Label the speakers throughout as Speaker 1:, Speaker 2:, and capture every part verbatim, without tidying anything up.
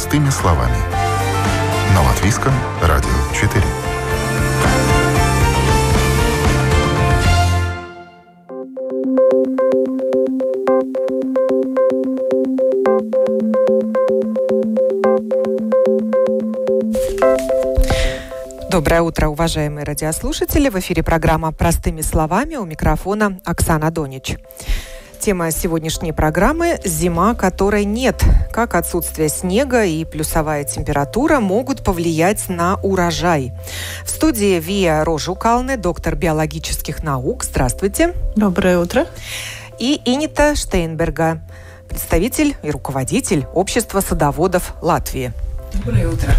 Speaker 1: Простыми словами. На Латвийском радио четыре.
Speaker 2: Доброе утро, уважаемые радиослушатели. В эфире программа «Простыми словами». У микрофона Оксана Донич. Тема сегодняшней программы – зима, которой нет. Как отсутствие снега и плюсовая температура могут повлиять на урожай. В студии Вия Рожукалне, доктор биологических наук. Здравствуйте.
Speaker 3: Доброе утро.
Speaker 2: И Инита Штейнберга, представитель и руководитель Общества садоводов Латвии.
Speaker 4: Доброе утро.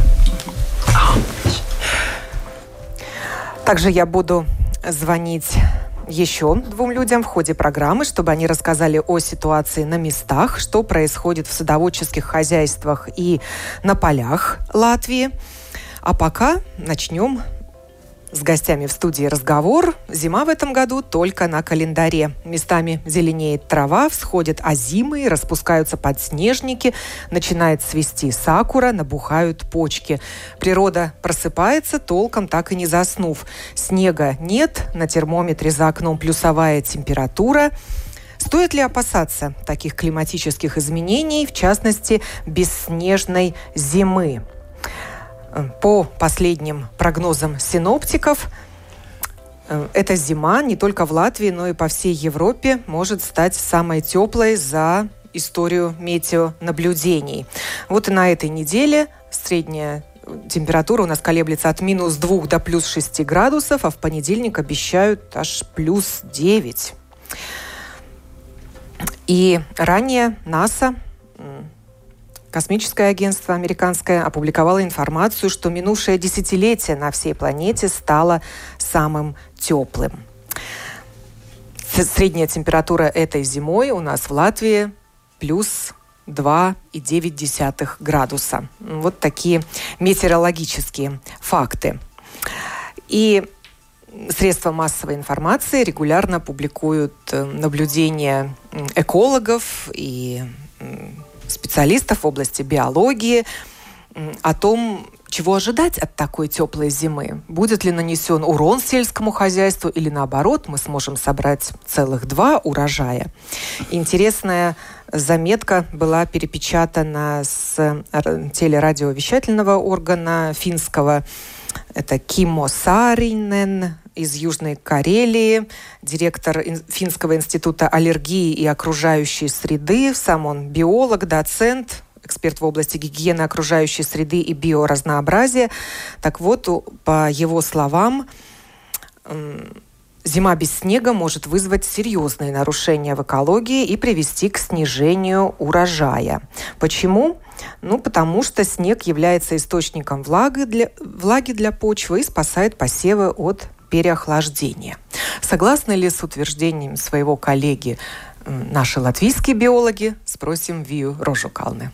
Speaker 2: Также я буду звонить еще двум людям в ходе программы, чтобы они рассказали о ситуации на местах, что происходит в садоводческих хозяйствах и на полях Латвии. А пока начнем с гостями в студии разговор. Зима в этом году только на календаре. Местами зеленеет трава, всходят озимы, распускаются подснежники, начинает цвести сакура, набухают почки. Природа просыпается, толком так и не заснув. Снега нет, на термометре за окном плюсовая температура. Стоит ли опасаться таких климатических изменений, в частности, бесснежной зимы? По последним прогнозам синоптиков, эта зима не только в Латвии, но и по всей Европе может стать самой теплой за историю метеонаблюдений. Вот и на этой неделе средняя температура у нас колеблется от минус двух до плюс шести градусов, а в понедельник обещают аж плюс девять. И ранее НАСА, Космическое агентство американское, опубликовало информацию, что минувшее десятилетие на всей планете стало самым теплым. Средняя температура этой зимой у нас в Латвии плюс два и девять десятых градуса. Вот такие метеорологические факты. И средства массовой информации регулярно публикуют наблюдения экологов и специалистов в области биологии о том, чего ожидать от такой теплой зимы. Будет ли нанесен урон сельскому хозяйству или, наоборот, мы сможем собрать целых два урожая. Интересная заметка была перепечатана с телерадиовещательного органа финского. Это Киммо Сааринен из Южной Карелии, директор Финского института аллергии и окружающей среды. Сам он биолог, доцент, эксперт в области гигиены окружающей среды и биоразнообразия. Так вот, по его словам, зима без снега может вызвать серьезные нарушения в экологии и привести к снижению урожая. Почему? Ну, потому что снег является источником влаги для, влаги для почвы и спасает посевы от переохлаждения. Согласны ли с утверждением своего коллеги наши латвийские биологи? Спросим Вию Рожукалне.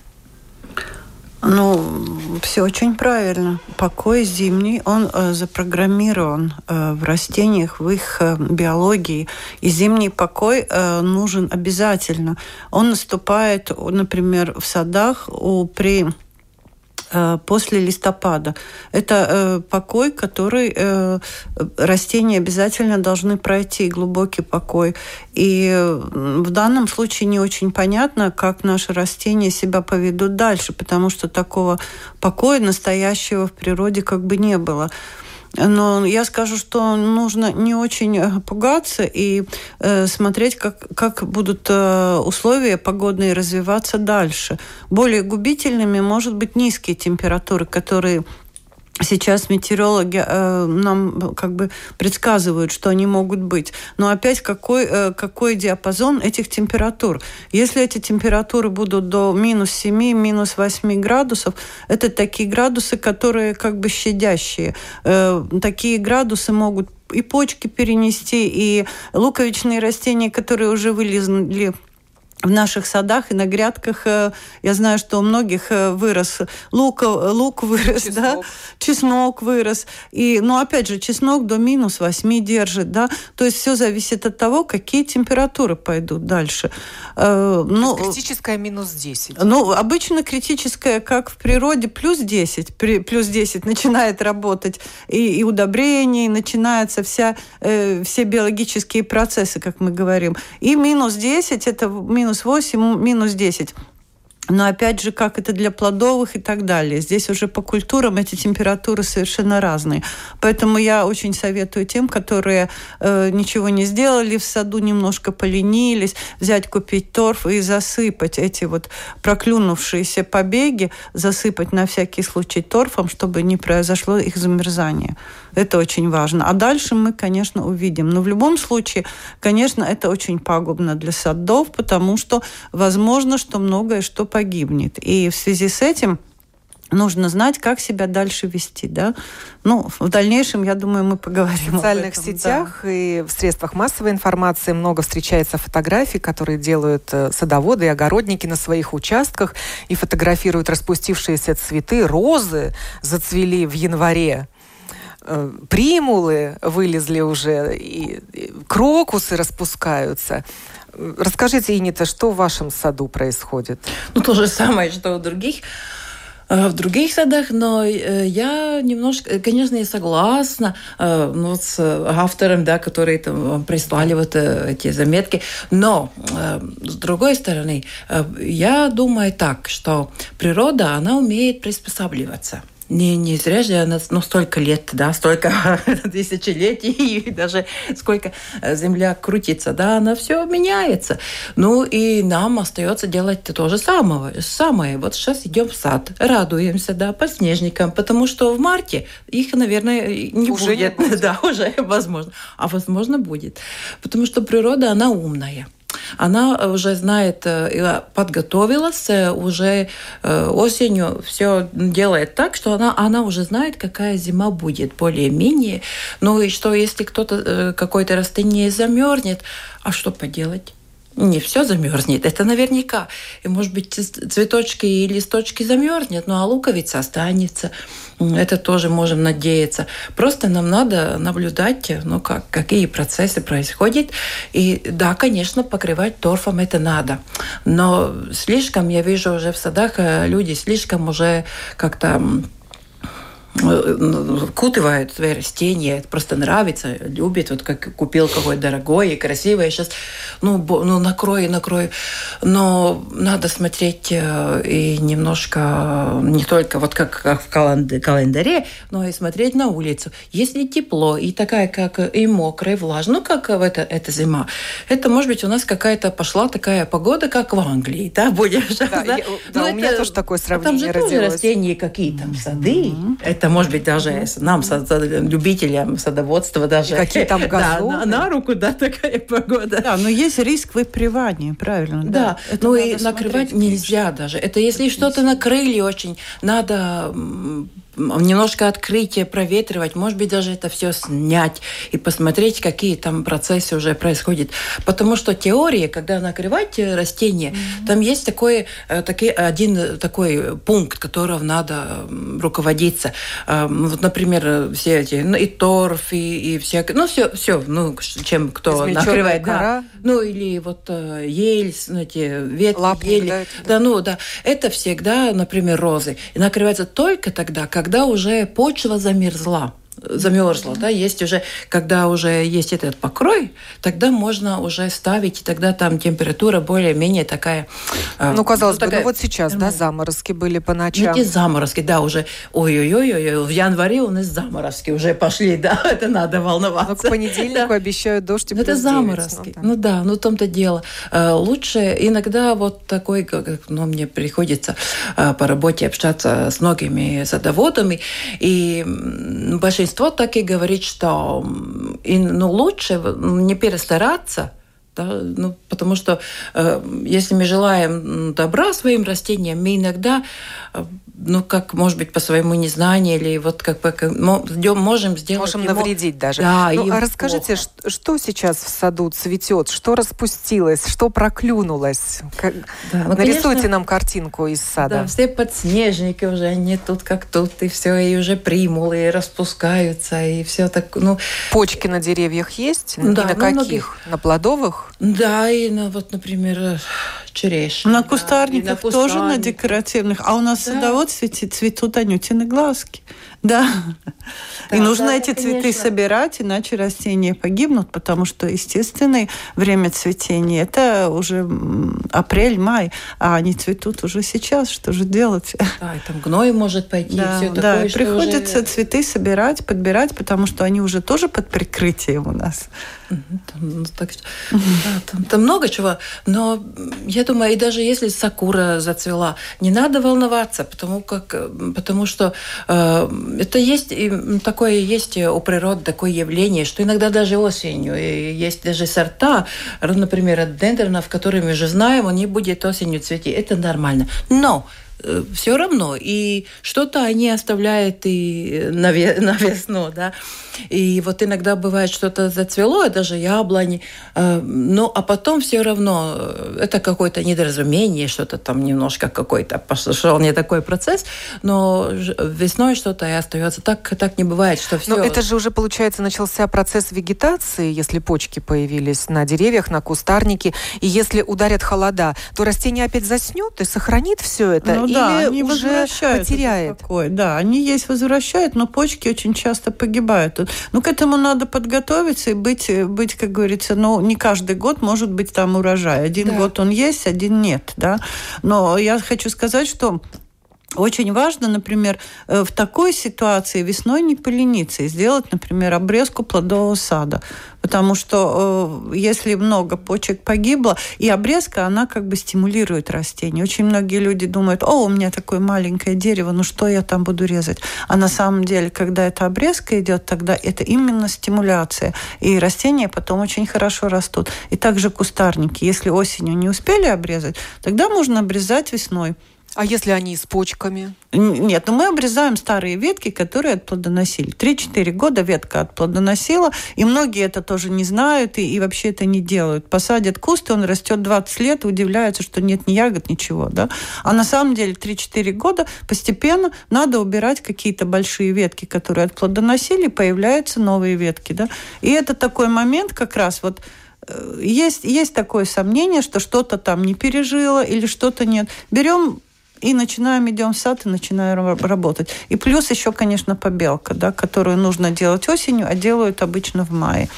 Speaker 3: Ну, все очень правильно. Покой зимний, он э, запрограммирован э, в растениях, в их э, биологии. И зимний покой э, нужен обязательно. Он наступает, например, в садах у, при после листопада. Это э, покой, который э, растения обязательно должны пройти, глубокий покой. И в данном случае не очень понятно, как наши растения себя поведут дальше, потому что такого покоя настоящего в природе как бы не было. Но я скажу, что нужно не очень пугаться и э, смотреть, как, как будут э, условия погодные развиваться дальше. Более губительными может быть низкие температуры, которые сейчас метеорологи э, нам как бы предсказывают, что они могут быть. Но опять какой, э, какой диапазон этих температур? Если эти температуры будут до минус семи, минус восьми градусов, это такие градусы, которые как бы щадящие. Э, такие градусы могут и почки перенести, и луковичные растения, которые уже вылезли в наших садах и на грядках, я знаю, что у многих вырос лук, лук вырос, чеснок. Да, чеснок вырос. И, ну, опять же, чеснок до минус восьми держит, да, то есть все зависит от того, какие температуры пойдут дальше.
Speaker 2: Ну, критическая минус десять.
Speaker 3: Ну, обычно критическая, как в природе, плюс десять. Плюс десять начинает работать и, и удобрение, и начинаются вся, э, все биологические процессы, как мы говорим. И минус десять, это минус минус восемь, минус десять. Но опять же, как это для плодовых и так далее. Здесь уже по культурам эти температуры совершенно разные. Поэтому я очень советую тем, которые э, ничего не сделали в саду, немножко поленились, взять, купить торф и засыпать эти вот проклюнувшиеся побеги, засыпать на всякий случай торфом, чтобы не произошло их замерзание. Это очень важно. А дальше мы, конечно, увидим. Но в любом случае, конечно, это очень пагубно для садов, потому что возможно, что многое что погибнет. И в связи с этим нужно знать, как себя дальше вести. Да? Ну, в дальнейшем, я думаю, мы поговорим
Speaker 2: в социальных
Speaker 3: об этом,
Speaker 2: сетях
Speaker 3: да.
Speaker 2: И в средствах массовой информации много встречается фотографий, которые делают садоводы и огородники на своих участках и фотографируют распустившиеся цветы. Розы зацвели в январе. Примулы вылезли уже, и крокусы распускаются. Расскажите, Инита, что в вашем саду происходит?
Speaker 4: Ну, то же самое, что у других, в других садах, но я немножко, конечно, я согласна ну, с автором, да, который там прислали вот эти заметки, но с другой стороны, я думаю так, что природа, она умеет приспосабливаться. Не, не зря же она, ну, столько лет, да, столько тысячелетий, и даже сколько Земля крутится, да, она все меняется. Ну, и нам остается делать то же самое. самое. Вот сейчас идем в сад, радуемся, да, подснежникам, потому что в марте их, наверное, не
Speaker 2: уже
Speaker 4: будет.
Speaker 2: Не будет.
Speaker 4: Да, уже возможно. А возможно будет. Потому что природа, она умная. Она уже знает, подготовилась, уже осенью все делает так, что она, она уже знает, какая зима будет, более-менее. Ну и что, если кто-то, какое-то растение замерзнет, а что поделать? Не все замерзнет, это наверняка. И, может быть, цветочки и листочки замерзнет, ну а луковица останется. Это тоже можем надеяться. Просто нам надо наблюдать, ну, как, какие процессы происходят. И да, конечно, покрывать торфом это надо. Но слишком, я вижу уже в садах, люди слишком уже как-то вкутывают свои растения, это просто нравится, любит, вот как купил какое-то дорогое и красивое, сейчас, ну, ну накрой, накрой, но надо смотреть и немножко, не только вот как, как в календаре, но и смотреть на улицу. Если тепло и такая, как и мокрая, и влажная, ну, как в это, эта зима, это, может быть, у нас какая-то пошла такая погода, как в Англии, да, будешь, да,
Speaker 2: да,
Speaker 4: да?
Speaker 2: Я, да у меня тоже такое сравнение
Speaker 4: родилось. Там же
Speaker 2: родилось.
Speaker 4: тоже растения какие там, сады, mm-hmm. это может быть даже mm-hmm. нам, любителям садоводства, даже
Speaker 2: и какие там газоны.
Speaker 4: Да, на, на руку, да, такая погода.
Speaker 3: Да, но есть риск выпривания, правильно.
Speaker 4: Да,
Speaker 3: да.
Speaker 4: ну и накрывать нельзя даже. Это если что-то накрыли очень, надо немножко открытие, проветривать, может быть, даже это все снять и посмотреть, какие там процессы уже происходят. Потому что теория, когда накрывать растения, mm-hmm. там есть такой, такой, один такой пункт, которым надо руководиться. Вот, например, все эти, ну, и торф, и, и всякое, ну, все, все, ну, чем кто накрывает. Да. Ну, или вот ель, ну, эти ветки,
Speaker 2: лапник,
Speaker 4: ели.
Speaker 2: Да,
Speaker 4: да, ну, да. Это всегда, например, розы. И накрывается только тогда, когда когда уже почва замерзла, замерзла, да, есть уже, когда уже есть этот покрой, тогда можно уже ставить, и тогда там температура более-менее такая.
Speaker 2: Ну, казалось
Speaker 4: ну,
Speaker 2: бы,
Speaker 4: такая,
Speaker 2: ну вот сейчас, да, заморозки были по ночам.
Speaker 4: Эти заморозки, да, уже, ой-ой-ой, в январе у нас заморозки уже пошли, да, это надо волноваться.
Speaker 2: Но к понедельнику да. обещают дождь и плюс
Speaker 4: это заморозки, ну, ну да, ну в том-то дело. Лучше иногда вот такой, как, ну, мне приходится по работе общаться с многими садоводами, и большинство Большинство так и говорит, что и, ну, лучше не перестараться, да, ну, потому что э, если мы желаем добра своим растениям, мы иногда э, ну, как, может быть, по своему незнанию, или вот как бы можем сделать...
Speaker 2: Можем
Speaker 4: ему...
Speaker 2: навредить даже.
Speaker 4: Да,
Speaker 2: ну, а расскажите, что, что сейчас в саду цветет? Что распустилось? Что проклюнулось? Как... Да, ну, нарисуйте конечно, нам картинку из сада.
Speaker 4: Да, все подснежники уже, они тут как тут, и все, и уже примулы, и распускаются, и все так, ну...
Speaker 2: Почки на деревьях есть? Да, и на ну, каких? Многих... На плодовых?
Speaker 4: Да, и на, вот, например, черешни.
Speaker 3: На кустарниках да, на тоже на декоративных. А у нас да. в садоводстве цветут анютины глазки. Да. да и нужно да, эти цветы конечно. собирать, иначе растения погибнут, потому что естественное время цветения – это уже апрель-май, а они цветут уже сейчас. Что же делать?
Speaker 4: Да, и там гной может пойти.
Speaker 3: Да,
Speaker 4: все
Speaker 3: да,
Speaker 4: такое,
Speaker 3: и приходится уже... цветы собирать, подбирать, потому что они уже тоже под прикрытием у нас.
Speaker 4: Там, так, да, там, там много чего, но я думаю, и даже если сакура зацвела, не надо волноваться, потому, как, потому что э, это есть, такое есть у природы такое явление, что иногда даже осенью есть даже сорта, например, от дендронов, которые мы уже знаем, он не будет осенью цветить, это нормально. Но все равно, и что-то они оставляют и на, ве- на весну, да. И вот иногда бывает, что-то зацвело, даже яблони, э, ну, а потом все равно это какое-то недоразумение, что-то там немножко какой-то пошел не такой процесс, но весной что-то и остается. Так, так не бывает, что все...
Speaker 2: Но это же уже, получается, начался процесс вегетации, если почки появились на деревьях, на кустарнике, и если ударят холода, то растение опять заснет и сохранит все это,
Speaker 3: ну,
Speaker 2: или
Speaker 3: да, они
Speaker 2: уже потеряет?
Speaker 3: Покой. Да, они есть, возвращают, но почки очень часто погибают. Ну, к этому надо подготовиться и быть, быть, как говорится, ну, не каждый год может быть там урожай. Один да. год он есть, один нет, да. Но я хочу сказать, что очень важно, например, в такой ситуации весной не полениться и сделать, например, обрезку плодового сада. Потому что э, если много почек погибло, и обрезка, она как бы стимулирует растение. Очень многие люди думают, о, у меня такое маленькое дерево, ну что я там буду резать? А на самом деле, когда эта обрезка идет, тогда это именно стимуляция. И растения потом очень хорошо растут. И также кустарники. Если осенью не успели обрезать, тогда можно обрезать весной.
Speaker 2: А если они с почками?
Speaker 3: Нет, ну мы обрезаем старые ветки, которые отплодоносили. три-четыре года ветка отплодоносила, и многие это тоже не знают и, и вообще это не делают. Посадят куст, и он растет двадцать лет, и удивляются, что нет ни ягод, ничего. Да? А на самом деле три-четыре года постепенно надо убирать какие-то большие ветки, которые отплодоносили, появляются новые ветки. Да? И это такой момент как раз вот. Есть, есть такое сомнение, что что-то там не пережило или что-то нет. Берем и начинаем, идем в сад и начинаем работать. И плюс еще, конечно, побелка, да, которую нужно делать осенью, а делают обычно в мае.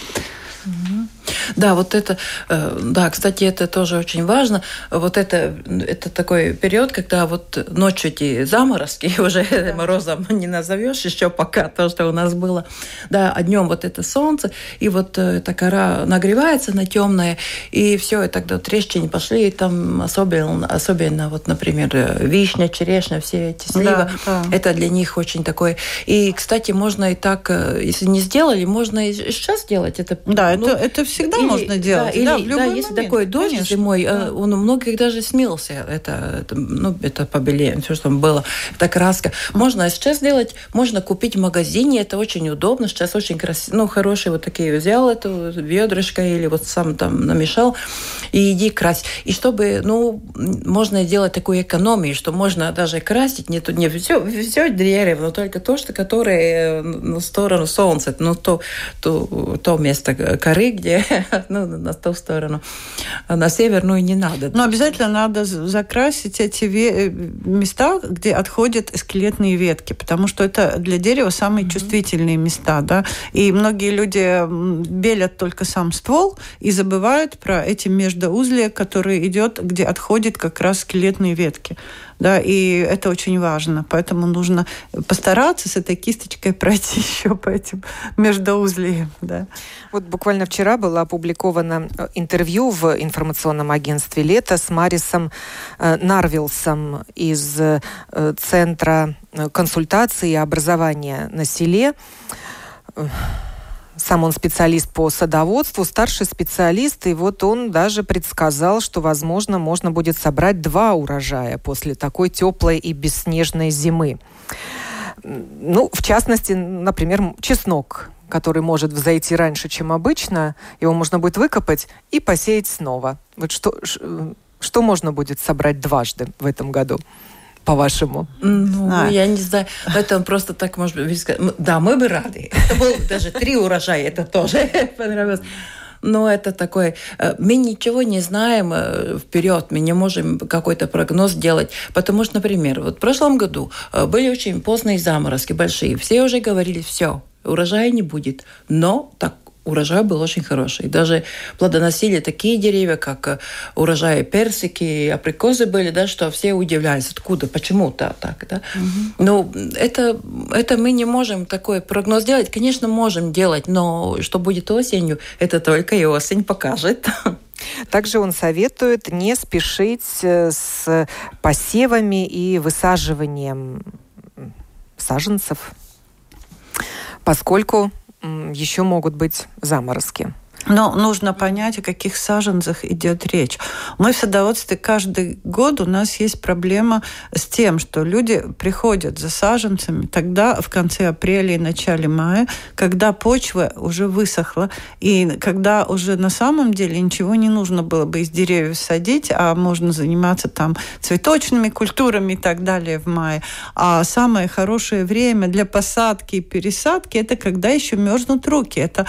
Speaker 4: Да, вот это, да, кстати, это тоже очень важно. Вот это, это такой период, когда вот ночью эти заморозки, уже да. морозом не назовешь еще пока, то, что у нас было. Да, а днем вот это солнце, и вот эта кора нагревается на темное, и все, и тогда трещины пошли, и там особенно, особенно вот, например, вишня, черешня, все эти сливы, да, да. это для них очень такой. И, кстати, можно и так, если не сделали, можно и сейчас сделать. Это,
Speaker 3: да,
Speaker 4: ну,
Speaker 3: это, это всегда
Speaker 4: или,
Speaker 3: можно делать.
Speaker 4: Да,
Speaker 3: да,
Speaker 4: или,
Speaker 3: в любой
Speaker 4: да, если
Speaker 3: момент,
Speaker 4: такой дождь
Speaker 3: конечно.
Speaker 4: зимой,
Speaker 3: да.
Speaker 4: он у многих даже смылся. Это, это, ну, это побелее, все, что там было. Это краска. Можно сейчас сделать, можно купить в магазине, это очень удобно. Сейчас очень красиво, ну, хорошие вот такие. Взял эту ведрышко или вот сам там намешал, и иди крась. И чтобы, ну, можно делать такую экономию, что можно даже красить не, не все, все дерево, но только то, что, которое на сторону солнца, ну, то, то, то место коры, где ну, на ту сторону. А на север, ну, и не надо.
Speaker 3: Но обязательно надо закрасить эти ве- места, где отходят скелетные ветки, потому что это для дерева самые mm-hmm. чувствительные места, да. И многие люди белят только сам ствол и забывают про эти междоузлия, которые идет, где отходят как раз скелетные ветки. Да, и это очень важно. Поэтому нужно постараться с этой кисточкой пройти еще по этим междоузлиям. Да.
Speaker 2: Вот буквально вчера было опубликовано интервью в информационном агентстве «Лето» с Марисом Нарвилсом из Центра консультации и образования на селе. сам он специалист по садоводству, старший специалист, и вот он даже предсказал, что, возможно, можно будет собрать два урожая после такой теплой и бесснежной зимы. Ну, в частности, например, чеснок, который может взойти раньше, чем обычно, его можно будет выкопать и посеять снова. Вот что, что можно будет собрать дважды в этом году? По-вашему?
Speaker 4: Ну, а. я не знаю. Это просто так, может быть, да, мы бы рады. Это было даже три урожая, это тоже понравилось. Но это такой... Мы ничего не знаем вперед, мы не можем какой-то прогноз делать. Потому что, например, вот в прошлом году были очень поздние заморозки большие. Все уже говорили, все, урожая не будет. Но так урожай был очень хороший. Даже плодоносили такие деревья, как урожаи персики, априкосы были, да, что все удивлялись, откуда, почему-то так. Да? Угу. Но это, это мы не можем такой прогноз делать. Конечно, можем делать, но что будет осенью, это только и осень покажет.
Speaker 2: Также он советует не спешить с посевами и высаживанием саженцев, поскольку еще могут быть заморозки.
Speaker 3: Но нужно понять, о каких саженцах идет речь. Мы в садоводстве каждый год, у нас есть проблема с тем, что люди приходят за саженцами тогда в конце апреля и начале мая, когда почва уже высохла, и когда уже на самом деле ничего не нужно было бы из деревьев садить, а можно заниматься там цветочными культурами и так далее в мае. А самое хорошее время для посадки и пересадки – это когда еще мерзнут руки. Это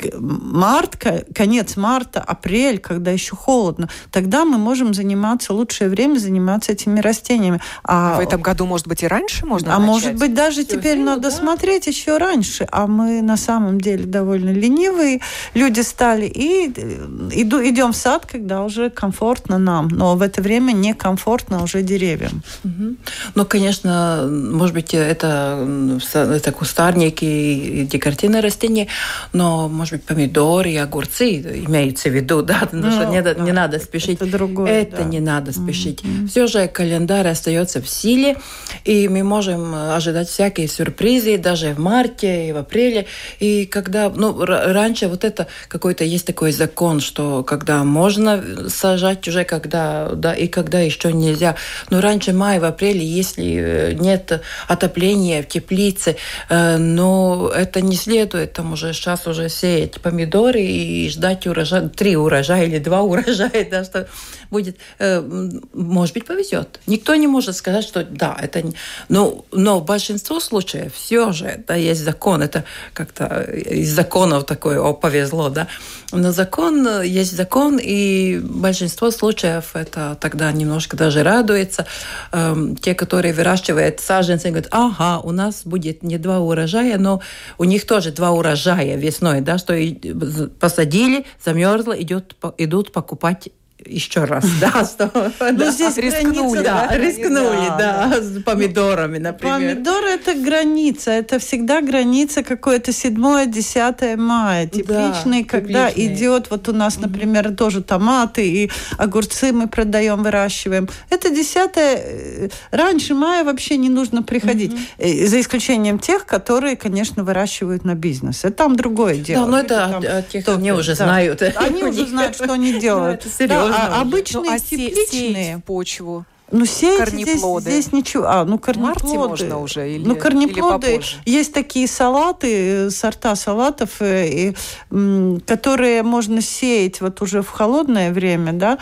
Speaker 3: март, конец марта, апрель, когда еще холодно, тогда мы можем заниматься, лучшее время заниматься этими растениями.
Speaker 2: А в этом году, может быть, и раньше можно
Speaker 3: А
Speaker 2: начать?
Speaker 3: может быть, даже Все теперь время, надо да? смотреть еще раньше. А мы на самом деле довольно ленивые люди стали, и иду, идем в сад, когда уже комфортно нам, но в это время некомфортно уже деревьям.
Speaker 4: Угу. Ну, конечно, может быть, это, это кустарники и декоративные растения, но, может быть, помидоры и огурцы имеются в виду, да, ну, что не, да, не надо спешить.
Speaker 3: Это другое.
Speaker 4: Это
Speaker 3: да.
Speaker 4: не надо спешить.
Speaker 3: Mm-hmm.
Speaker 4: Все же календарь остается в силе, и мы можем ожидать всякие сюрпризы даже в марте и в апреле. И когда, ну, р- раньше вот это какой-то есть такой закон, что когда можно сажать уже, когда, да, и когда еще нельзя. Но раньше мая, в апреле, если нет отопления в теплице, э, но это не следует, там уже сейчас уже сеять помидоры и ждать урожая, три урожая или два урожая, да, что будет, э, может быть, повезет. Никто не может сказать, что да, это не... Но, но в большинстве случаев все же, да, есть закон, это как-то из законов такое, о, повезло, да. Но закон, есть закон, и большинство случаев это тогда немножко даже радуется. Э, те, которые выращивают саженцы, говорят, ага, у нас будет не два урожая, но у них тоже два урожая весной, да, что посадили, замерзло, идет, идут покупать еще раз, да, что
Speaker 3: ну, здесь
Speaker 2: рискнули,
Speaker 4: да, рискнули, да, с помидорами, например.
Speaker 3: Помидоры – это граница, это всегда граница какое-то седьмое-десятое мая, тепличный, да, когда тепличный. Идет, вот у нас, например, тоже томаты и огурцы мы продаем, выращиваем. Это десятое, раньше мая вообще не нужно приходить, mm-hmm. за исключением тех, которые, конечно, выращивают на бизнес. Это там другое дело.
Speaker 4: Да, но это от, от тех, они уже да. знают.
Speaker 3: Они уже знают, что они делают.
Speaker 4: Это серьезно.
Speaker 3: А обычные
Speaker 2: ну, а
Speaker 3: тепличные
Speaker 2: в почву.
Speaker 3: Ну, сеять здесь, здесь ничего. А, ну, корнеплоды.
Speaker 2: В марте можно уже или,
Speaker 3: ну, корнеплоды.
Speaker 2: Или попозже?
Speaker 3: Есть такие салаты, сорта салатов, и, и, которые можно сеять вот уже в холодное время, да.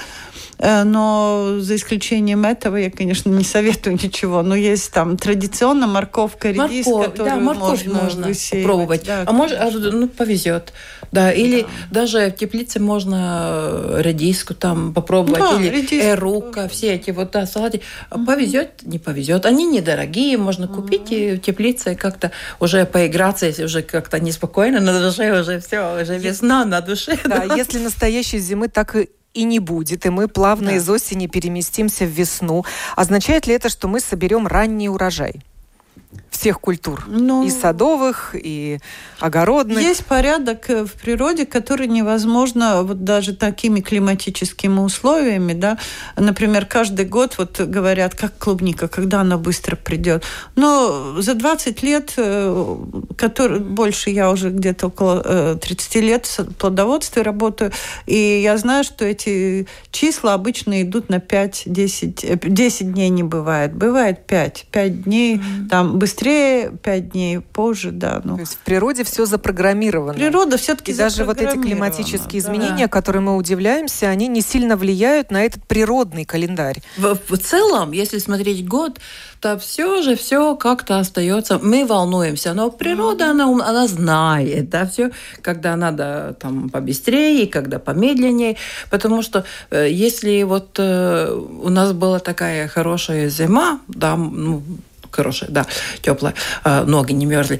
Speaker 3: Но за исключением этого я, конечно, не советую ничего. Но есть там традиционно морковка, редис,
Speaker 4: Морковь,
Speaker 3: которую
Speaker 4: да, морковь
Speaker 3: можно,
Speaker 4: можно
Speaker 3: высеивать.
Speaker 4: Попробовать.
Speaker 3: Да,
Speaker 4: а может, ну, повезет. Да, или да. даже в теплице можно редиску там попробовать, да, или редиску. Эрука, все эти вот, да, салаты. Mm-hmm. Повезет, не повезет. Они недорогие, можно купить mm-hmm. и в теплице как-то уже поиграться, если уже как-то неспокойно на душе, уже все, уже весна на душе.
Speaker 2: Да, да. Если настоящей зимы так и и не будет, и мы плавно да. из осени переместимся в весну. Означает ли это, что мы соберем ранний урожай? всех культур,
Speaker 3: ну,
Speaker 2: и садовых, и огородных.
Speaker 3: Есть порядок в природе, который невозможно вот даже такими климатическими условиями, да. Например, каждый год вот говорят, как клубника, когда она быстро придет. Но за двадцать лет, который, больше я уже где-то около тридцать лет в плодоводстве работаю, и я знаю, что эти числа обычно идут на пять-десять, десять дней не бывает. Бывает пять. пять дней, mm-hmm. там быстрее пять дней позже, да. Ну.
Speaker 2: То есть в природе все запрограммировано.
Speaker 3: Природа все-таки
Speaker 2: и даже вот эти климатические да. изменения, которые мы удивляемся, они не сильно влияют на этот природный календарь.
Speaker 4: В, в целом, если смотреть год, то все же все как-то остается. Мы волнуемся, но природа, она, она знает, да, все, когда надо там побыстрее, когда помедленнее, потому что э, если вот э, у нас была такая хорошая зима, да, ну, хорошая, да, теплая, ноги не мерзли.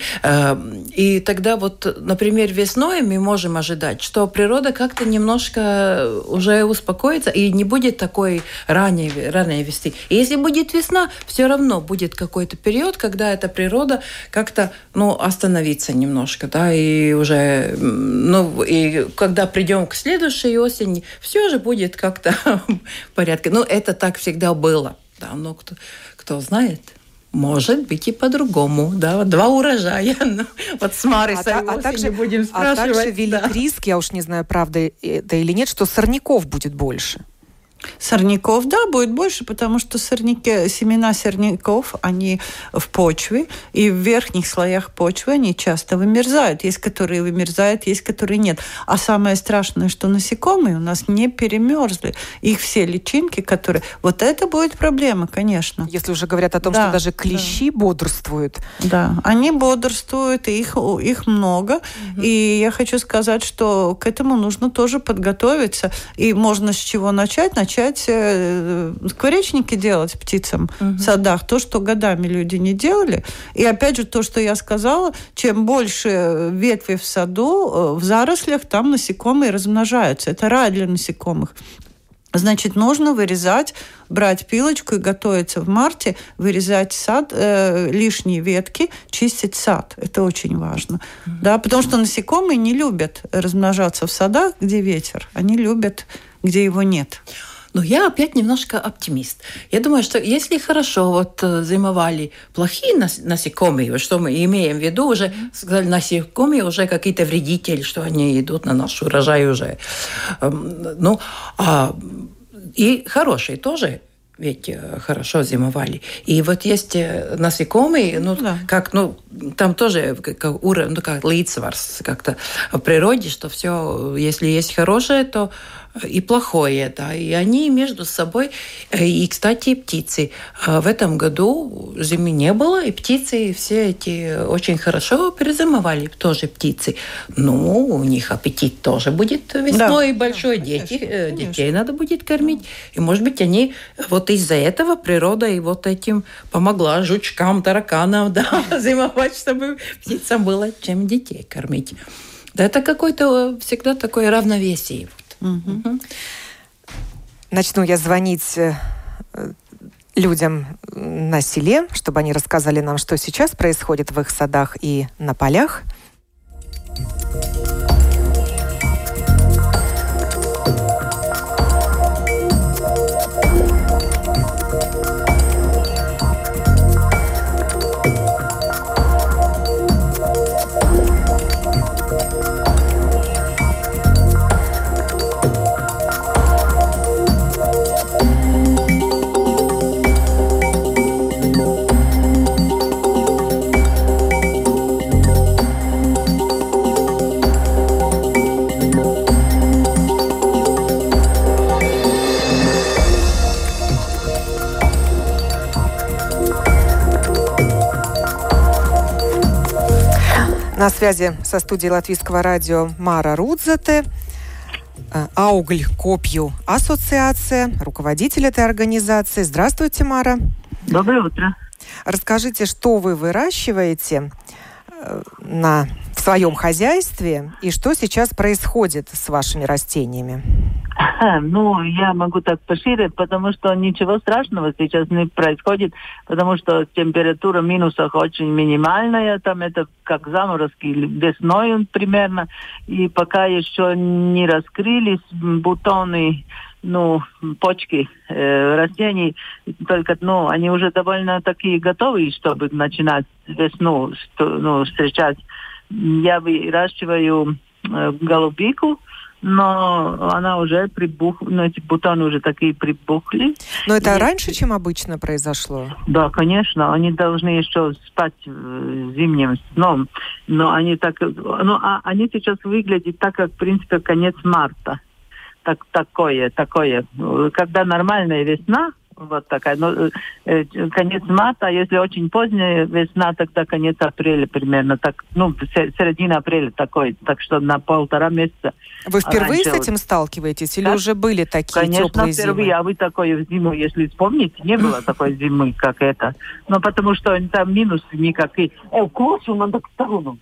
Speaker 4: И тогда вот, например, весной мы можем ожидать, что природа как-то немножко уже успокоится и не будет такой ранней, ранней весны. И если будет весна, все равно будет какой-то период, когда эта природа как-то, ну, остановится немножко, да, и уже, ну, и когда придем к следующей осени, все же будет как-то в порядке. Ну, это так всегда было, да, но кто, кто знает. Может быть и по-другому, да, два урожая. Вот с Марой
Speaker 2: а, а также
Speaker 4: будем спрашивать.
Speaker 2: А также велик да. риск, я уж не знаю, правда это или нет, что сорняков будет больше.
Speaker 3: Сорняков, да, будет больше, потому что сорняки, семена сорняков, они в почве, и в верхних слоях почвы они часто вымерзают. Есть, которые вымерзают, есть, которые нет. А самое страшное, что насекомые у нас не перемерзли. Их все личинки, которые... Вот это будет проблема, конечно.
Speaker 2: Если уже говорят о том, да, что даже клещи да. бодрствуют.
Speaker 3: Да, они бодрствуют, и их, их много. Угу. И я хочу сказать, что к этому нужно тоже подготовиться. И можно с чего начать? Начать скворечники делать птицам uh-huh. в садах, то, что годами люди не делали. И опять же, то, что я сказала, чем больше ветви в саду, в зарослях, там насекомые размножаются. Это рай для насекомых. Значит, нужно вырезать, брать пилочку и готовиться в марте, вырезать сад, э, лишние ветки, чистить сад. Это очень важно. Mm-hmm. Да, потому что насекомые не любят размножаться в садах, где ветер. Они любят, где его нет.
Speaker 4: Но я опять немножко оптимист. Я думаю, что если хорошо вот зимовали плохие насекомые, что мы имеем в виду, уже сказали, насекомые уже какие-то вредители, что они идут на наш урожай уже. Ну, а, и хорошие тоже ведь хорошо зимовали. И вот есть насекомые, ну, да. как, ну, там тоже как, уровень, ну, как лицварс как-то в природе, что все, если есть хорошее, то и плохое, да, и они между собой, и, кстати, птицы. В этом году зимы не было, и птицы все эти очень хорошо перезимовали, тоже птицы. Ну, у них аппетит тоже будет весной да. большой, да, дети, конечно, детей конечно. Надо будет кормить. И, может быть, они, вот из-за этого природа и вот этим помогла жучкам, тараканам, да, зимовать, чтобы птицам было чем детей кормить. Да, это какое-то всегда такое равновесие.
Speaker 2: Угу. Начну я звонить людям на селе, чтобы они рассказали нам, что сейчас происходит в их садах и на полях. На связи со студией Латвийского радио Мара Рудзете, Аугль Копью Ассоциация, руководитель этой организации. Здравствуйте, Мара.
Speaker 5: Доброе утро.
Speaker 2: Расскажите, что вы выращиваете на, в своем хозяйстве и что сейчас происходит с вашими растениями?
Speaker 5: Ну, я могу так пошире, потому что ничего страшного сейчас не происходит, потому что температура в минусах очень минимальная, там это как заморозки весной примерно, и пока еще не раскрылись бутоны, ну, почки э, растений, только, ну, они уже довольно такие готовые, чтобы начинать весну, что, ну, встречать. Я выращиваю э, голубику, но она уже прибухла, ну, эти бутоны уже такие прибухли.
Speaker 2: Но это
Speaker 5: и...
Speaker 2: раньше, чем обычно произошло?
Speaker 5: Да, конечно, они должны еще спать зимним сном, но они так, ну, а они сейчас выглядят так, как, в принципе, конец марта. Так, такое, такое. Когда нормальная весна, вот такая, ну, э, конец марта, а если очень поздняя весна, тогда конец апреля примерно, так, ну, середина апреля такой, так что на полтора месяца.
Speaker 2: Вы впервые
Speaker 5: раньше.
Speaker 2: С этим сталкиваетесь или
Speaker 5: да?
Speaker 2: уже были такие
Speaker 5: Конечно,
Speaker 2: теплые зимы?
Speaker 5: впервые, а вы такой в зиму, если вспомните, не было такой зимы, как это. Ну, потому что там минусы никакие. Э, курсу надо к сторону.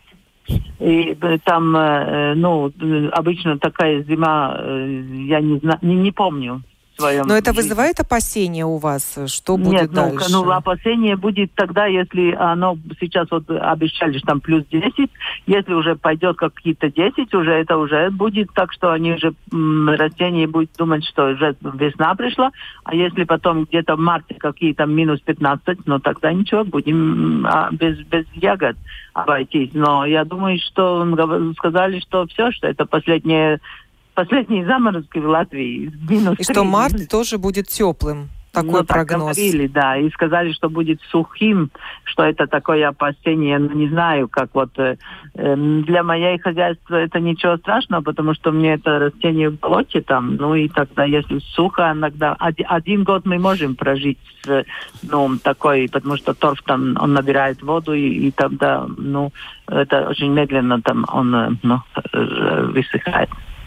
Speaker 5: И там, ну, обычно такая зима, я не знаю, не, не помню.
Speaker 2: Но это вызывает опасения у вас? Что будет
Speaker 5: Нет, ну,
Speaker 2: дальше?
Speaker 5: ну, опасение будет тогда, если оно сейчас вот обещали, что там плюс десять, если уже пойдет какие-то десять, уже это уже будет так, что они уже м, растения будут думать, что уже весна пришла, а если потом где-то в марте какие-то минус пятнадцать, ну тогда ничего, будем а, без, без ягод обойтись. Но я думаю, что сказали, что все, что это последнее Последние заморозки в Латвии. Минус
Speaker 2: и что март минус. Тоже будет теплым. Такой
Speaker 5: ну,
Speaker 2: прогноз.
Speaker 5: Так говорили, да. И сказали, что будет сухим, что это такое опасение. Ну, не знаю, как вот э, для моей хозяйства это ничего страшного, потому что мне это растение в болоте там. Ну и тогда, если сухо, иногда один, один год мы можем прожить с, ну, такой, потому что торф там, он набирает воду, и, и тогда, ну, это очень медленно там он, ну, высыхает.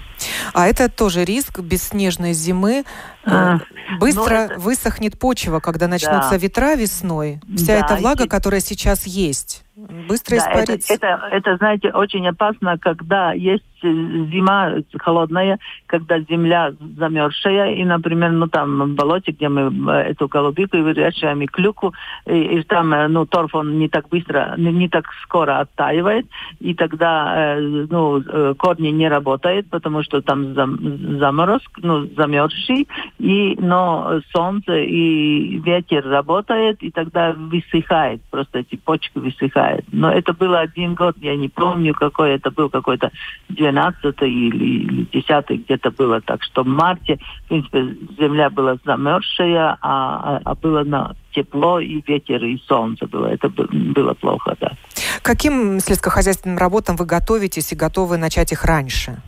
Speaker 2: А это тоже риск бесснежной зимы. А, Быстро это... высохнет почва, когда начнутся да. ветра весной. Вся да, эта влага, и... которая сейчас есть, быстро да, испарится.
Speaker 5: Это, это, это, знаете, очень опасно, когда есть зима холодная, когда земля замерзшая, и, например, ну там в болоте, где мы эту голубику выращиваем и клюку, и, и там, ну, торф, он не так быстро, не, не так скоро оттаивает, и тогда, ну, корни не работают, потому что там зам, замороз, ну, замерзший, и, но солнце и ветер работает, и тогда высыхает, просто эти почки высыхают. Но это было один год, я не помню, какой это был, какой-то двенадцатый или десятый где-то было. Так что в марте, в принципе, земля была замерзшая, а, а было на тепло, и ветер, и солнце было. Это было плохо, да.
Speaker 2: Каким сельскохозяйственным работам вы готовитесь и готовы начать их раньше?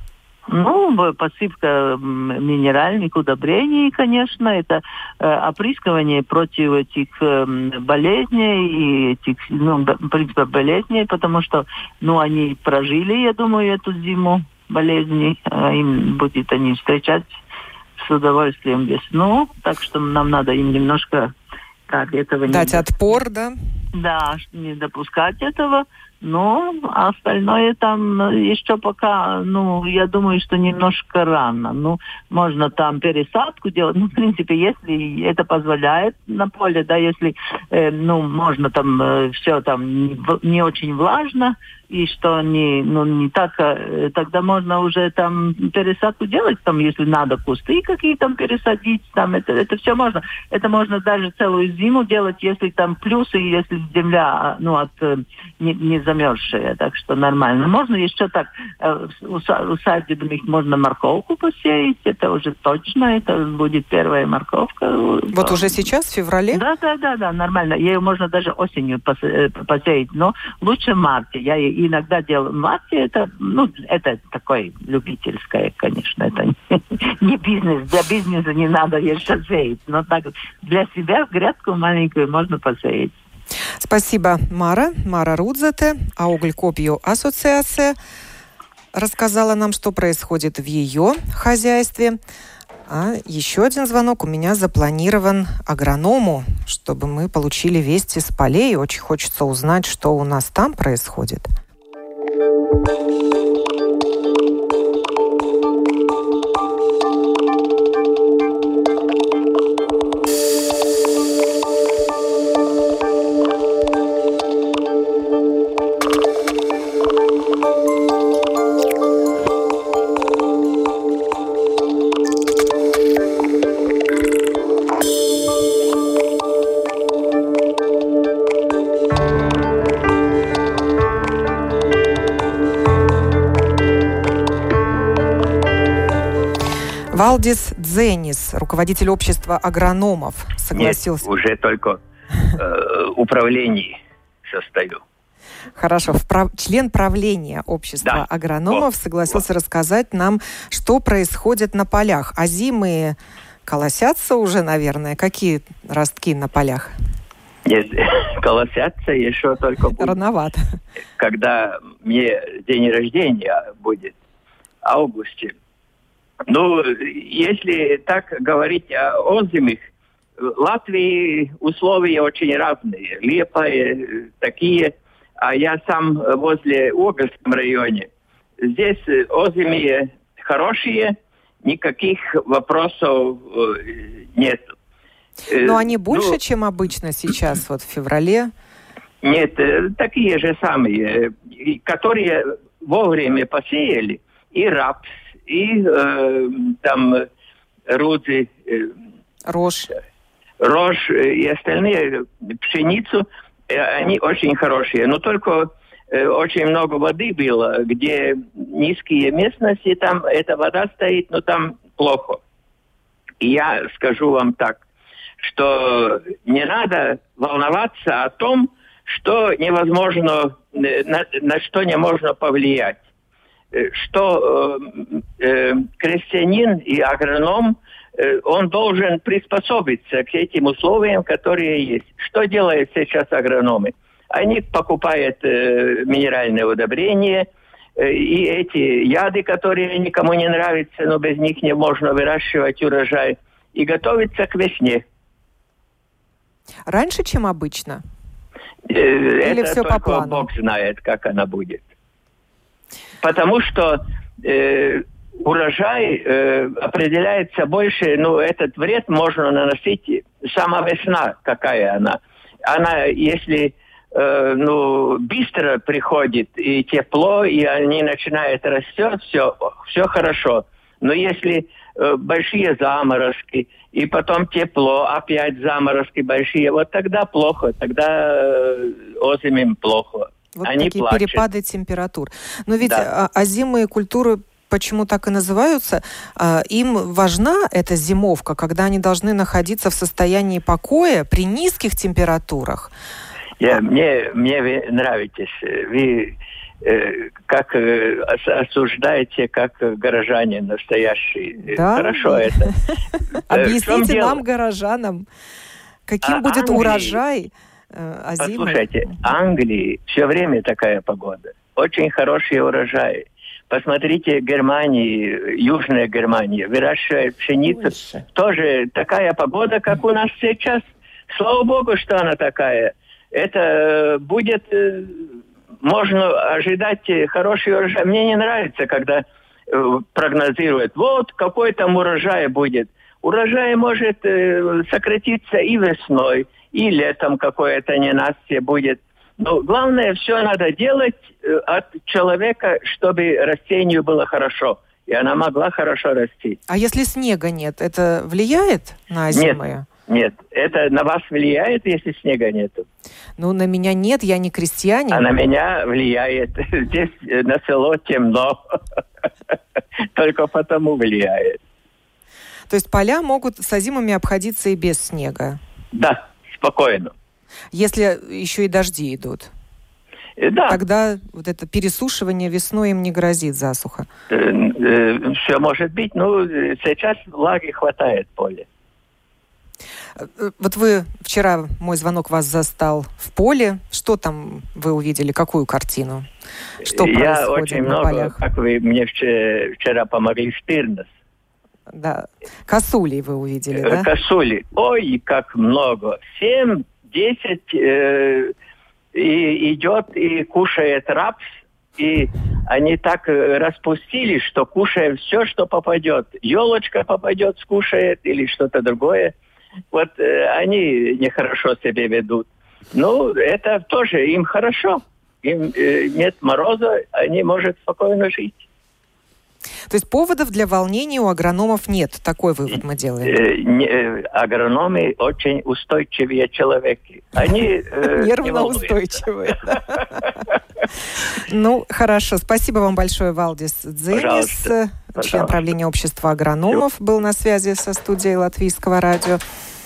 Speaker 5: Ну, посыпка минеральных удобрений, конечно, это э, опрыскивание против этих э, болезней и этих, ну, в принципе, болезней, потому что, ну, они прожили, я думаю, эту зиму болезней, э, им будет они встречать с удовольствием весну, так что нам надо им немножко так, этого
Speaker 2: дать
Speaker 5: не...
Speaker 2: отпор, да?
Speaker 5: Да, не допускать этого. Ну, а остальное там еще пока, ну, я думаю, что немножко рано. Ну, можно там пересадку делать. Ну, в принципе, если это позволяет на поле, да, если, э, ну, можно там э, все там не, не очень влажно, и что не, ну, не так, э, тогда можно уже там пересадку делать, там, если надо, кусты какие там пересадить, там, это, это все можно. Это можно даже целую зиму делать, если там плюсы, если земля, ну, от, не, не замерзшая, так что нормально. Можно еще так, э, усадебных можно морковку посеять, это уже точно, это будет первая морковка.
Speaker 2: Вот уже сейчас, в феврале?
Speaker 5: Да, да, да, да, нормально. Ее можно даже осенью посеять, но лучше в марте. Я иногда делаю в марте, это, ну, это такое любительское, конечно, это не, не бизнес. Для бизнеса не надо еще сеять, но так для себя в грядку маленькую можно посеять.
Speaker 2: Спасибо, Мара. Мара Рудзете, Ауглькопью ассоциация, рассказала нам, что происходит в ее хозяйстве. А еще один звонок у меня запланирован агроному, чтобы мы получили вести с полей. Очень хочется узнать, что у нас там происходит. Валдис Дзенис, руководитель общества агрономов, согласился.
Speaker 6: Нет, уже только э, управление состою.
Speaker 2: Хорошо. Вправ... Член правления общества
Speaker 6: да.
Speaker 2: агрономов вот. согласился вот. рассказать нам, что происходит на полях. А зимы колосятся уже, наверное. Какие ростки на полях?
Speaker 6: Нет, колосятся еще только будет.
Speaker 2: Рановато.
Speaker 6: Когда мне день рождения будет, в августе. Ну, если так говорить о озимых, в Латвии условия очень разные. Лепые такие, а я сам возле Огольском районе. Здесь озимые хорошие, никаких вопросов нет.
Speaker 2: Но они больше, ну, чем обычно сейчас, вот в феврале?
Speaker 6: Нет, такие же самые, которые вовремя посеяли и рапс, и э, там рудзи, э,
Speaker 2: рожь.
Speaker 6: рожь и остальные, пшеницу, э, они очень хорошие. Но только э, очень много воды было, где низкие местности, там эта вода стоит, но там плохо. И я скажу вам так, что не надо волноваться о том, что невозможно, на, на что не можно повлиять. Что э, э, крестьянин и агроном, э, он должен приспособиться к этим условиям, которые есть. Что делают сейчас агрономы? Они покупают э, минеральные удобрения, э, и эти яды, которые никому не нравятся, но без них не можно выращивать урожай, и готовятся к весне.
Speaker 2: Раньше, чем обычно?
Speaker 6: Э,
Speaker 2: Или
Speaker 6: это
Speaker 2: все по плану?
Speaker 6: Бог знает, как она будет. Потому что э, урожай э, определяется больше, ну, этот вред можно наносить сама весна, какая она. Она, если э, ну, быстро приходит и тепло, и они начинают расти, все, все хорошо. Но если э, большие заморозки, и потом тепло, опять заморозки большие, вот тогда плохо, тогда э, озимым плохо.
Speaker 2: Вот
Speaker 6: Они
Speaker 2: такие
Speaker 6: плачут.
Speaker 2: перепады температур. Но ведь
Speaker 6: да.
Speaker 2: озимые культуры, почему так и называются, им важна эта зимовка, когда они должны находиться в состоянии покоя при низких температурах.
Speaker 6: Я, мне, мне вы нравитесь. Вы э, как э, осуждаете, как горожане настоящие.
Speaker 2: Да?
Speaker 6: Хорошо это.
Speaker 2: Объясните нам, горожанам, каким будет урожай
Speaker 6: А послушайте, в Англии все время такая погода. Очень хорошие урожаи. Посмотрите, Германии, Южная Германия, выращивает пшеницу. Ой. Тоже такая погода, как у нас сейчас. Слава Богу, что она такая. Это будет, можно ожидать хороший урожай. Мне не нравится, когда прогнозируют, вот какой там урожай будет. Урожай может сократиться и весной, и летом какое-то ненастье будет. Но главное, все надо делать от человека, чтобы растению было хорошо. И она могла хорошо расти.
Speaker 2: А если снега нет, это влияет на озимое?
Speaker 6: Нет, нет. Это на вас влияет, если снега нету?
Speaker 2: Ну, на меня нет, я не крестьянин.
Speaker 6: А на меня влияет. Здесь на село темно. Только потому влияет.
Speaker 2: То есть поля могут с озимыми обходиться и без снега?
Speaker 6: Да. Спокойно.
Speaker 2: Если еще и дожди идут?
Speaker 6: Да.
Speaker 2: Тогда вот это пересушивание весной им не грозит, засуха?
Speaker 6: Все может быть, но сейчас влаги хватает в поле.
Speaker 2: Вот вы вчера, мой звонок вас застал в поле. Что там вы увидели? Какую картину? Что
Speaker 6: Я
Speaker 2: происходит
Speaker 6: очень
Speaker 2: на
Speaker 6: много,
Speaker 2: полях?
Speaker 6: как вы мне вчера, вчера помогли, Штирнес.
Speaker 2: Да. Косулей вы увидели, да?
Speaker 6: Косули. Ой, как много. Семь, десять э, и идет и кушает рапс. И они так распустились, что кушает все, что попадет. Елочка попадет, скушает или что-то другое. Вот э, они нехорошо себя ведут. Ну, это тоже им хорошо. Им э, нет мороза, они могут спокойно жить.
Speaker 2: То есть поводов для волнения у агрономов нет. Такой вывод мы делаем.
Speaker 6: Агрономы очень устойчивые человеки. Они
Speaker 2: нервно устойчивые. Ну, хорошо. Спасибо вам большое, Валдис Дзенис, член правления общества агрономов, был на связи со студией Латвийского радио.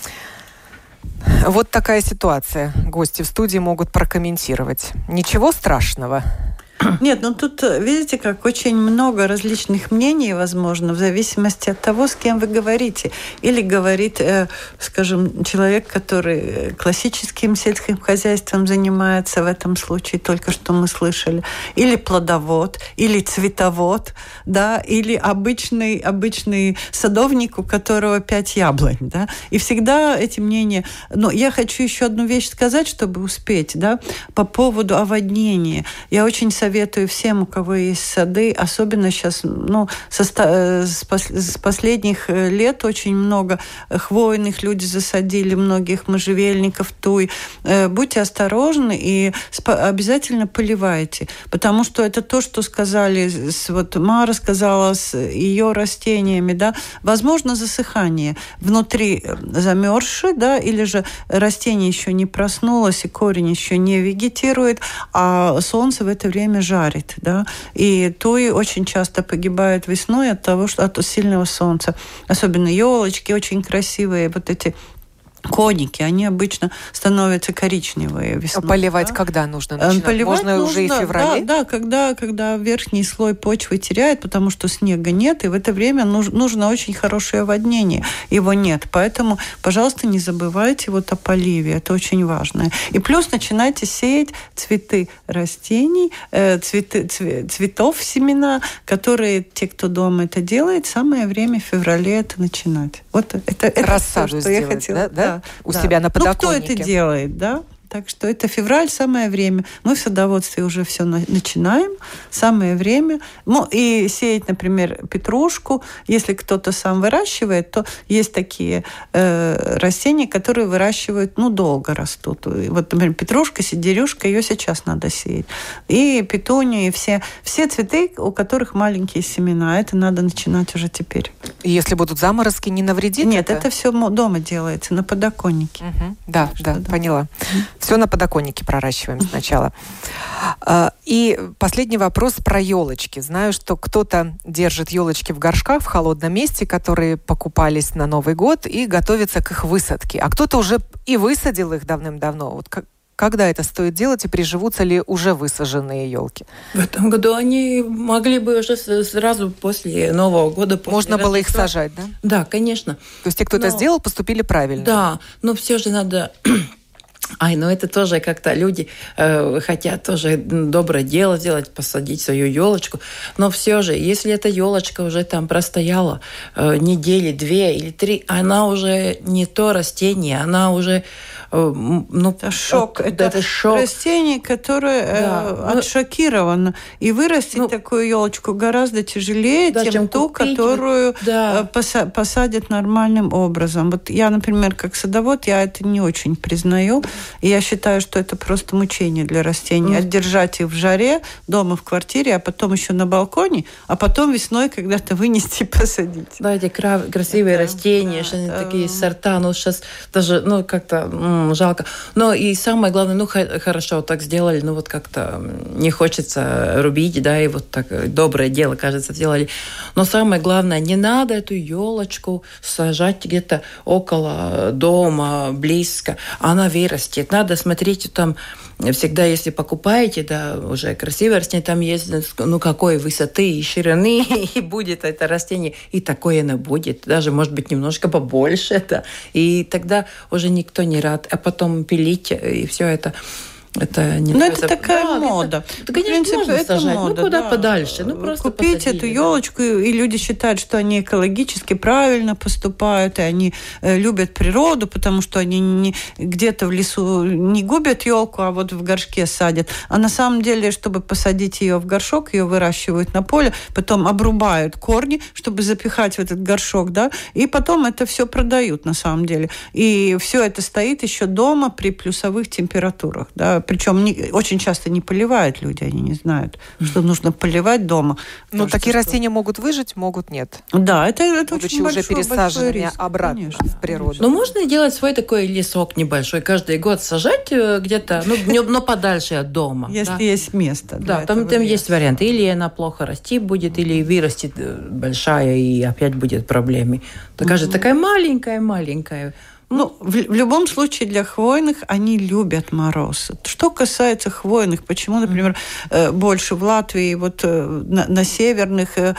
Speaker 2: Вот такая ситуация. Гости в студии могут прокомментировать. Ничего страшного.
Speaker 3: Нет, ну тут, видите, как очень много различных мнений, возможно, в зависимости от того, с кем вы говорите. Или говорит, э, скажем, человек, который классическим сельским хозяйством занимается, в этом случае только что мы слышали, или плодовод, или цветовод, да, или обычный, обычный садовник, у которого пять яблонь, да. И всегда эти мнения... Но я хочу еще одну вещь сказать, чтобы успеть, да, по поводу оводнения. Я очень советую Советую всем, у кого есть сады, особенно сейчас, ну, со, с, пос, с последних лет очень много хвойных люди засадили, многих можжевельников, туй. Будьте осторожны и обязательно поливайте, потому что это то, что сказали, вот Мара сказала с ее растениями, да, возможно засыхание внутри замерзшее, да, или же растение еще не проснулось и корень еще не вегетирует, а солнце в это время жарит, да, и туи очень часто погибают весной от того, что от сильного солнца. Особенно елочки очень красивые, вот эти коники, они обычно становятся коричневые весной.
Speaker 2: Поливать
Speaker 3: да?
Speaker 2: когда нужно начинать?
Speaker 3: Поливать
Speaker 2: Можно
Speaker 3: нужно,
Speaker 2: уже и в феврале?
Speaker 3: Да, да, когда, когда верхний слой почвы теряет, потому что снега нет, и в это время нужно, нужно очень хорошее оводнение. Его нет. Поэтому, пожалуйста, не забывайте вот о поливе. Это очень важно. И плюс начинайте сеять цветы растений, э, цветы, цве, цветов, семена, которые те, кто дома это делает, самое время в феврале это начинать. Вот это, это
Speaker 2: рассаду
Speaker 3: все, что
Speaker 2: сделать,
Speaker 3: я хотела.
Speaker 2: Да, да? У
Speaker 3: да.
Speaker 2: себя на подоконнике.
Speaker 3: Ну, кто это делает, да? Так что это февраль, самое время. Мы в садоводстве уже все на- начинаем, самое время. Ну, и сеять, например, петрушку. Если кто-то сам выращивает, то есть такие э, растения, которые выращивают, ну, долго растут. И вот, например, петрушка, сидерюшка, ее сейчас надо сеять. И петунию, и все, все цветы, у которых маленькие семена. Это надо начинать уже теперь.
Speaker 2: Если будут заморозки, не навредит?
Speaker 3: Нет,
Speaker 2: это,
Speaker 3: это все дома делается, на подоконнике.
Speaker 2: Угу. Да, да,
Speaker 3: да,
Speaker 2: поняла. Все на подоконнике проращиваем сначала. И последний вопрос про елочки. Знаю, что кто-то держит елочки в горшках в холодном месте, которые покупались на Новый год, и готовится к их высадке. А кто-то уже и высадил их давным-давно. Вот как, когда это стоит делать, и приживутся ли уже высаженные елки?
Speaker 4: В этом году они могли бы уже сразу после Нового года... После
Speaker 2: Можно было их
Speaker 4: Рождества
Speaker 2: сажать, да?
Speaker 4: Да, конечно.
Speaker 2: То есть те, кто
Speaker 4: но...
Speaker 2: это сделал, поступили правильно?
Speaker 4: Да, но все же надо... Ай, ну это тоже как-то люди э, хотят тоже доброе дело сделать, посадить свою елочку. Но все же, если эта елочка уже там простояла э, недели, две или три, она уже не то растение, она уже... Э, ну,
Speaker 3: это шок.
Speaker 4: Э,
Speaker 3: это,
Speaker 4: это шок.
Speaker 3: Растение, которое да. э, отшокировано. И вырастить ну, такую елочку гораздо тяжелее, да, чем, чем ту, купить, которую да. поса- посадят нормальным образом. Вот я, например, как садовод, я это не очень признаю. И я считаю, что это просто мучение для растений. Mm. Отдержать их в жаре, дома в квартире, а потом еще на балконе, а потом весной когда-то вынести и посадить.
Speaker 4: Да, эти крав- красивые это, растения, да, это... такие сорта, ну, сейчас даже, ну, как-то м- жалко. Но и самое главное, ну, х- хорошо, так сделали, ну, вот как-то не хочется рубить, да, и вот так доброе дело, кажется, сделали. Но самое главное, не надо эту елочку сажать где-то около дома, близко. Она вырастет. Надо смотреть там всегда, если покупаете, да, уже красивое растение, там есть, ну, какой высоты и ширины, и будет это растение, и такое оно будет, даже, может быть, немножко побольше, да, и тогда уже никто не рад, а потом пилить, и все это... Это не
Speaker 3: ну, это такая
Speaker 4: да,
Speaker 3: мода.
Speaker 4: Это, это, конечно, принципе, можно это сажать. Мода, ну, куда да. подальше. Ну, просто
Speaker 3: купить
Speaker 4: посадили,
Speaker 3: эту
Speaker 4: да.
Speaker 3: елочку, и люди считают, что они экологически правильно поступают, и они э, любят природу, потому что они не, где-то в лесу не губят елку, а вот в горшке садят. А на самом деле, чтобы посадить ее в горшок, ее выращивают на поле, потом обрубают корни, чтобы запихать в этот горшок, да, и потом это все продают на самом деле. И все это стоит еще дома при плюсовых температурах, да, причем не, очень часто не поливают люди, они не знают, что нужно поливать дома.
Speaker 2: Но такие
Speaker 3: что...
Speaker 2: растения могут выжить, могут нет.
Speaker 3: Да, это, это
Speaker 2: Будучи
Speaker 3: очень
Speaker 2: уже
Speaker 3: большой,
Speaker 2: пересаженными
Speaker 3: большой риск,
Speaker 2: обратно
Speaker 3: конечно,
Speaker 2: в природу.
Speaker 4: Но можно делать свой такой лесок небольшой, каждый год сажать где-то, ну, но подальше от дома.
Speaker 3: Если
Speaker 4: да.
Speaker 3: есть место.
Speaker 4: Да, там, там есть варианты. Или она плохо расти будет, или вырастет большая и опять будет проблемой. Такая же такая маленькая-маленькая.
Speaker 3: Ну, в, в любом случае для хвойных они любят мороз. Что касается хвойных, почему, например, э, больше в Латвии, вот э, на, на северных, э,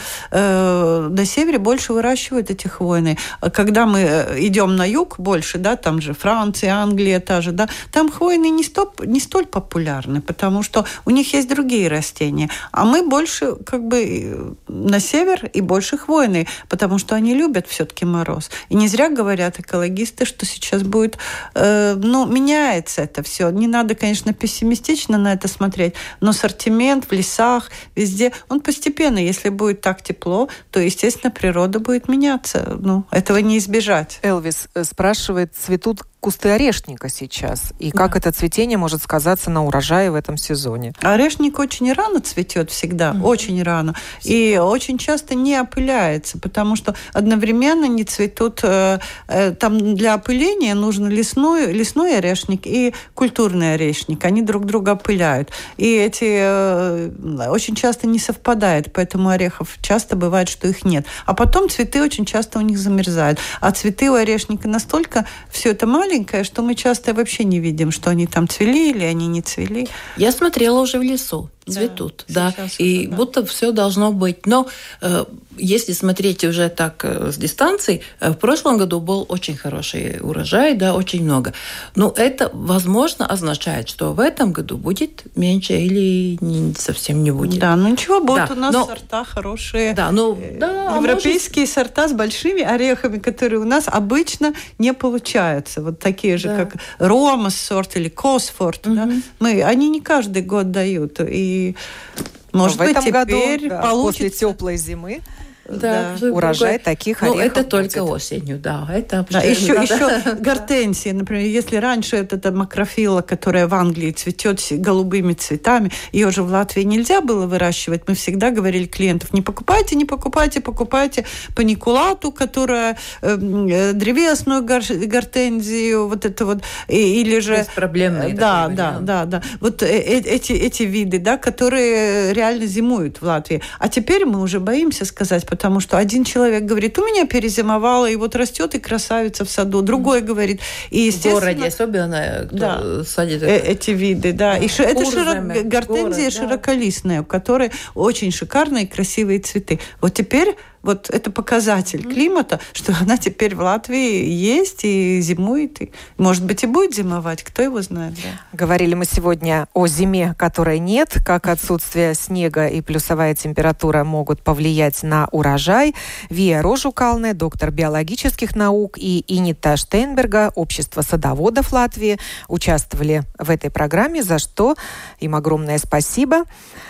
Speaker 3: э, на севере больше выращивают эти хвойные. Когда мы идем на юг больше, да, там же Франция, Англия та же, да, там хвойные не, стоп, не столь популярны, потому что у них есть другие растения. А мы больше как бы на север и больше хвойные, потому что они любят все-таки мороз. И не зря говорят экологисты, что сейчас будет, э, ну, меняется это все. Не надо, конечно, пессимистично на это смотреть, но ассортимент в лесах, везде, он постепенно, если будет так тепло, то, естественно, природа будет меняться. Ну, этого не избежать.
Speaker 2: Элвис спрашивает, цветут кусты орешника сейчас, и как да. это цветение может сказаться на урожае в этом сезоне?
Speaker 3: Орешник очень рано цветет всегда, mm-hmm. очень рано, и очень часто не опыляется, потому что одновременно не цветут, э, э, там для опыления нужен лесной, лесной орешник и культурный орешник, они друг друга опыляют, и эти э, очень часто не совпадают, поэтому орехов часто бывает, что их нет, а потом цветы очень часто у них замерзают, а цветы у орешника настолько все это маленькое, что мы часто вообще не видим, что они там цвели или они не цвели.
Speaker 4: Я смотрела уже в лесу. Цветут, да, да. и да. будто все должно быть. Но э, если смотреть уже так э, с дистанции, э, в прошлом году был очень хороший урожай, да, очень много. Но это, возможно, означает, что в этом году будет меньше или не, совсем не будет.
Speaker 3: Да, ну ничего, будут
Speaker 4: да,
Speaker 3: у нас
Speaker 4: но,
Speaker 3: сорта хорошие,
Speaker 4: да, ну, да,
Speaker 3: европейские
Speaker 4: может...
Speaker 3: сорта с большими орехами, которые у нас обычно не получаются. Вот такие же, да. как Ромас сорт или Косфорд. Угу. Да? Мы, они не каждый год дают, и И, может
Speaker 2: Но
Speaker 3: быть,
Speaker 2: в этом
Speaker 3: теперь
Speaker 2: году, да,
Speaker 3: получится...
Speaker 2: после теплой зимы
Speaker 4: да,
Speaker 2: да. урожай таких орехов.
Speaker 4: Ну, это
Speaker 2: будет.
Speaker 4: Только осенью, да. Это
Speaker 3: да, еще, еще гортензии, например, если раньше это, это макрофила, которая в Англии цветет голубыми цветами, ее же в Латвии нельзя было выращивать. Мы всегда говорили клиентов, не покупайте, не покупайте, покупайте паникулату, которая э, древесную гор- гортензию, вот это вот, и, или же...
Speaker 4: Беспроблемные.
Speaker 3: Да, да, да, да. Вот э, э, эти, эти виды, да, которые реально зимуют в Латвии. А теперь мы уже боимся сказать, потому что один человек говорит, у меня перезимовало, и вот растет и красавица в саду. Другой mm. говорит, и естественно...
Speaker 4: В городе особенно, кто да,
Speaker 3: садит э- эти виды, да. да. И ши- это широ... гортензия город, широколистная, да. у которой очень шикарные красивые цветы. Вот теперь вот это показатель mm. климата, что она теперь в Латвии есть и зимует, и, может быть, и будет зимовать, кто его знает. Да.
Speaker 2: Говорили мы сегодня о зиме, которой нет, как отсутствие снега и плюсовая температура могут повлиять на урожай. Вия Рожукалне, доктор биологических наук, и Инита Штейнберга, Общество садоводов Латвии, участвовали в этой программе, за что им огромное спасибо.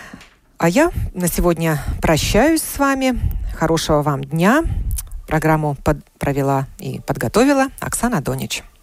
Speaker 2: А я на сегодня прощаюсь с вами. Хорошего вам дня. Программу под... провела и подготовила Оксана Донич.